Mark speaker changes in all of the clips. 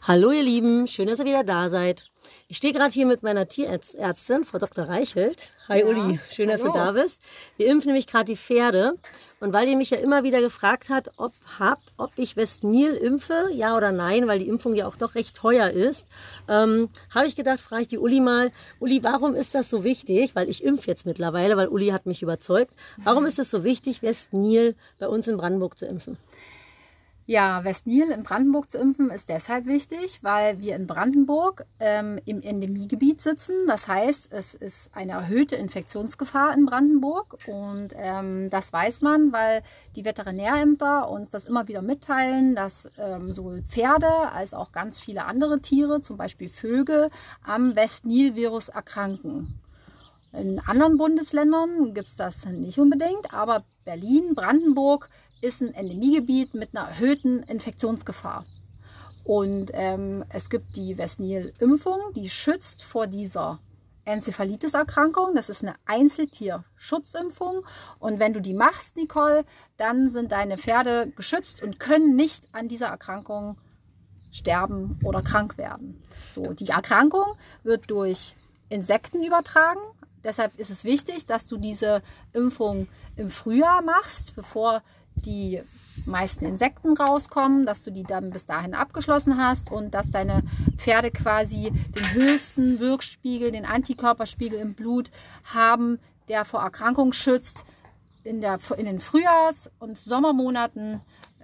Speaker 1: Hallo ihr Lieben, schön, dass ihr wieder da seid. Ich stehe gerade hier mit meiner Tierärztin, Frau Dr. Reichelt. Hi ja, Uli, schön, dass du da bist. Wir impfen nämlich gerade die Pferde. Und weil ihr mich ja immer wieder gefragt habt, ob ich Westnil impfe, ja oder nein, weil die Impfung ja auch doch recht teuer ist, habe ich gedacht, frage ich die Uli mal, Uli, warum ist das so wichtig? Weil ich impfe jetzt mittlerweile, weil Uli hat mich überzeugt. Warum ist es so wichtig, Westnil bei uns in Brandenburg zu impfen?
Speaker 2: Ja, Westnil in Brandenburg zu impfen ist deshalb wichtig, weil wir in Brandenburg im Endemiegebiet sitzen. Das heißt, es ist eine erhöhte Infektionsgefahr in Brandenburg und das weiß man, weil die Veterinärämter uns das immer wieder mitteilen, dass sowohl Pferde als auch ganz viele andere Tiere, zum Beispiel Vögel, am Westnil-Virus erkranken. In anderen Bundesländern gibt es das nicht unbedingt, aber Berlin, Brandenburg ist ein Endemiegebiet mit einer erhöhten Infektionsgefahr. Und es gibt die Westnil-Impfung, die schützt vor dieser Enzephalitis-Erkrankung. Das ist eine Einzeltierschutzimpfung. Und wenn du die machst, Nicole, dann sind deine Pferde geschützt und können nicht an dieser Erkrankung sterben oder krank werden. So, die Erkrankung wird durch Insekten übertragen. Deshalb ist es wichtig, dass du diese Impfung im Frühjahr machst, bevor die meisten Insekten rauskommen, dass du die dann bis dahin abgeschlossen hast und dass deine Pferde quasi den höchsten Wirkspiegel, den Antikörperspiegel im Blut haben, der vor Erkrankung schützt in den Frühjahrs- und Sommermonaten,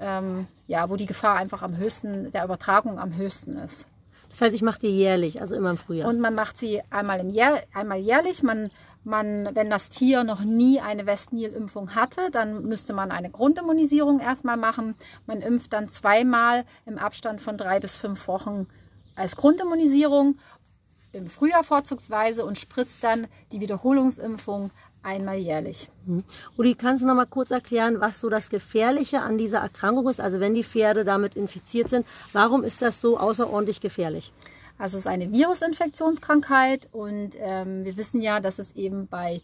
Speaker 2: wo die Gefahr einfach am höchsten, der Übertragung am höchsten ist.
Speaker 1: Das heißt, ich mache die jährlich, also immer im Frühjahr.
Speaker 2: Und man macht sie einmal jährlich. Wenn das Tier noch nie eine Westnil-Impfung hatte, dann müsste man eine Grundimmunisierung erstmal machen. Man impft dann zweimal im Abstand von 3 bis 5 Wochen als Grundimmunisierung, im Frühjahr vorzugsweise, und spritzt dann die Wiederholungsimpfung einmal jährlich.
Speaker 1: Uli, kannst du noch mal kurz erklären, was so das Gefährliche an dieser Erkrankung ist? Also wenn die Pferde damit infiziert sind, warum ist das so außerordentlich gefährlich?
Speaker 2: Also es ist eine Virusinfektionskrankheit und wir wissen ja, dass es eben bei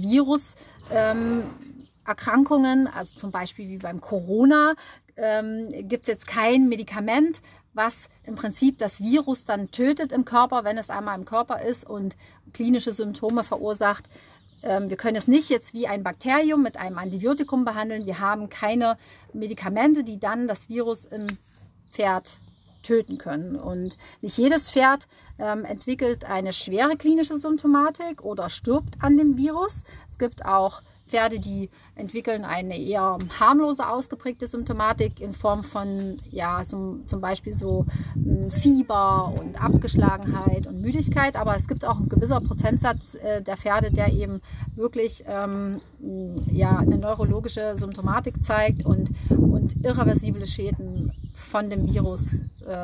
Speaker 2: Viruserkrankungen, also zum Beispiel wie beim Corona, gibt es jetzt kein Medikament, was im Prinzip das Virus dann tötet im Körper, wenn es einmal im Körper ist und klinische Symptome verursacht. Wir können es nicht jetzt wie ein Bakterium mit einem Antibiotikum behandeln. Wir haben keine Medikamente, die dann das Virus im Pferd töten können. Und nicht jedes Pferd entwickelt eine schwere klinische Symptomatik oder stirbt an dem Virus. Es gibt auch Pferde, die entwickeln eine eher harmlose, ausgeprägte Symptomatik in Form von, zum Beispiel so Fieber und Abgeschlagenheit und Müdigkeit. Aber es gibt auch ein gewisser Prozentsatz der Pferde, der eben wirklich eine neurologische Symptomatik zeigt und irreversible Schäden von dem Virus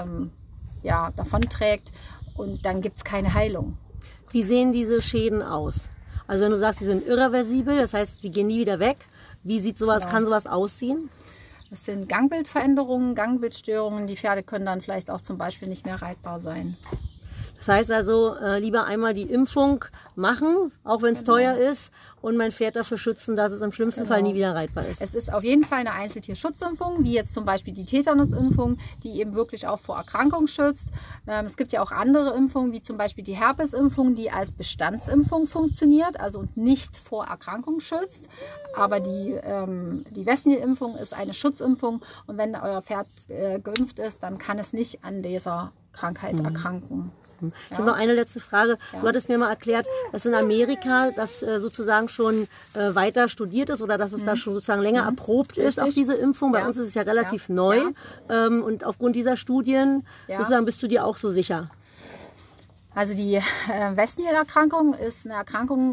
Speaker 2: davonträgt. Und dann gibt es keine Heilung.
Speaker 1: Wie sehen diese Schäden aus? Also wenn du sagst, sie sind irreversibel, das heißt, sie gehen nie wieder weg. Wie sieht sowas, kann sowas aussehen?
Speaker 2: Das sind Gangbildveränderungen, Gangbildstörungen. Die Pferde können dann vielleicht auch zum Beispiel nicht mehr reitbar sein.
Speaker 1: Das heißt also, lieber einmal die Impfung machen, auch wenn es teuer ist, und mein Pferd dafür schützen, dass es im schlimmsten Fall nie wieder reitbar ist.
Speaker 2: Es ist auf jeden Fall eine Einzeltierschutzimpfung, wie jetzt zum Beispiel die Tetanusimpfung, die eben wirklich auch vor Erkrankung schützt. Es gibt ja auch andere Impfungen, wie zum Beispiel die Herpesimpfung, die als Bestandsimpfung funktioniert, also und nicht vor Erkrankung schützt. Aber die Westnil-Impfung ist eine Schutzimpfung, und wenn euer Pferd geimpft ist, dann kann es nicht an dieser Krankheit erkranken.
Speaker 1: Ich habe noch eine letzte Frage. Du hattest mir mal erklärt, dass in Amerika das sozusagen schon weiter studiert ist oder dass es da schon sozusagen länger erprobt ist auf diese Impfung. Bei uns ist es ja relativ neu. Und aufgrund dieser Studien sozusagen bist du dir auch so sicher?
Speaker 2: Also die Westnil-Erkrankung ist eine Erkrankung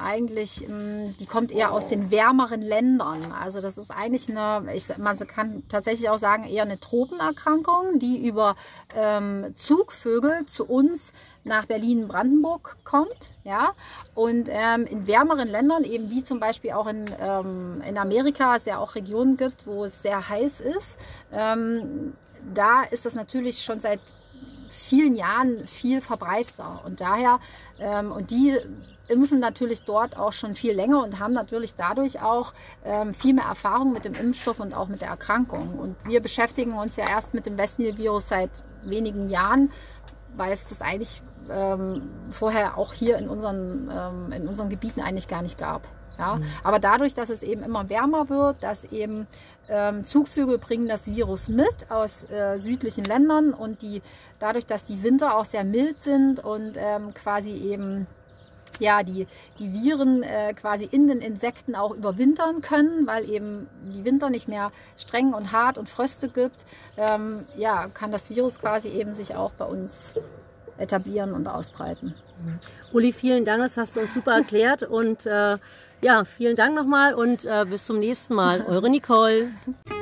Speaker 2: die kommt eher aus den wärmeren Ländern. Also das ist eigentlich man kann tatsächlich auch sagen, eher eine Tropenerkrankung, die über Zugvögel zu uns nach Berlin-Brandenburg kommt. Ja? Und in wärmeren Ländern, eben wie zum Beispiel auch in Amerika, es ja auch Regionen gibt, wo es sehr heiß ist, da ist das natürlich schon seit vielen Jahren viel verbreiteter. Und daher, und die impfen natürlich dort auch schon viel länger und haben natürlich dadurch auch viel mehr Erfahrung mit dem Impfstoff und auch mit der Erkrankung. Und wir beschäftigen uns ja erst mit dem West-Nil-Virus seit wenigen Jahren, weil es das eigentlich vorher auch hier in unseren Gebieten eigentlich gar nicht gab. Ja? Aber dadurch, dass es eben immer wärmer wird, dass eben Zugvögel bringen das Virus mit aus südlichen Ländern und dadurch, dass die Winter auch sehr mild sind und quasi eben ja, die Viren quasi in den Insekten auch überwintern können, weil eben die Winter nicht mehr streng und hart und Fröste gibt, ja, kann das Virus quasi eben sich auch bei uns etablieren und ausbreiten.
Speaker 1: Uli, vielen Dank, das hast du uns super erklärt und ja, vielen Dank nochmal und bis zum nächsten Mal. Eure Nicole.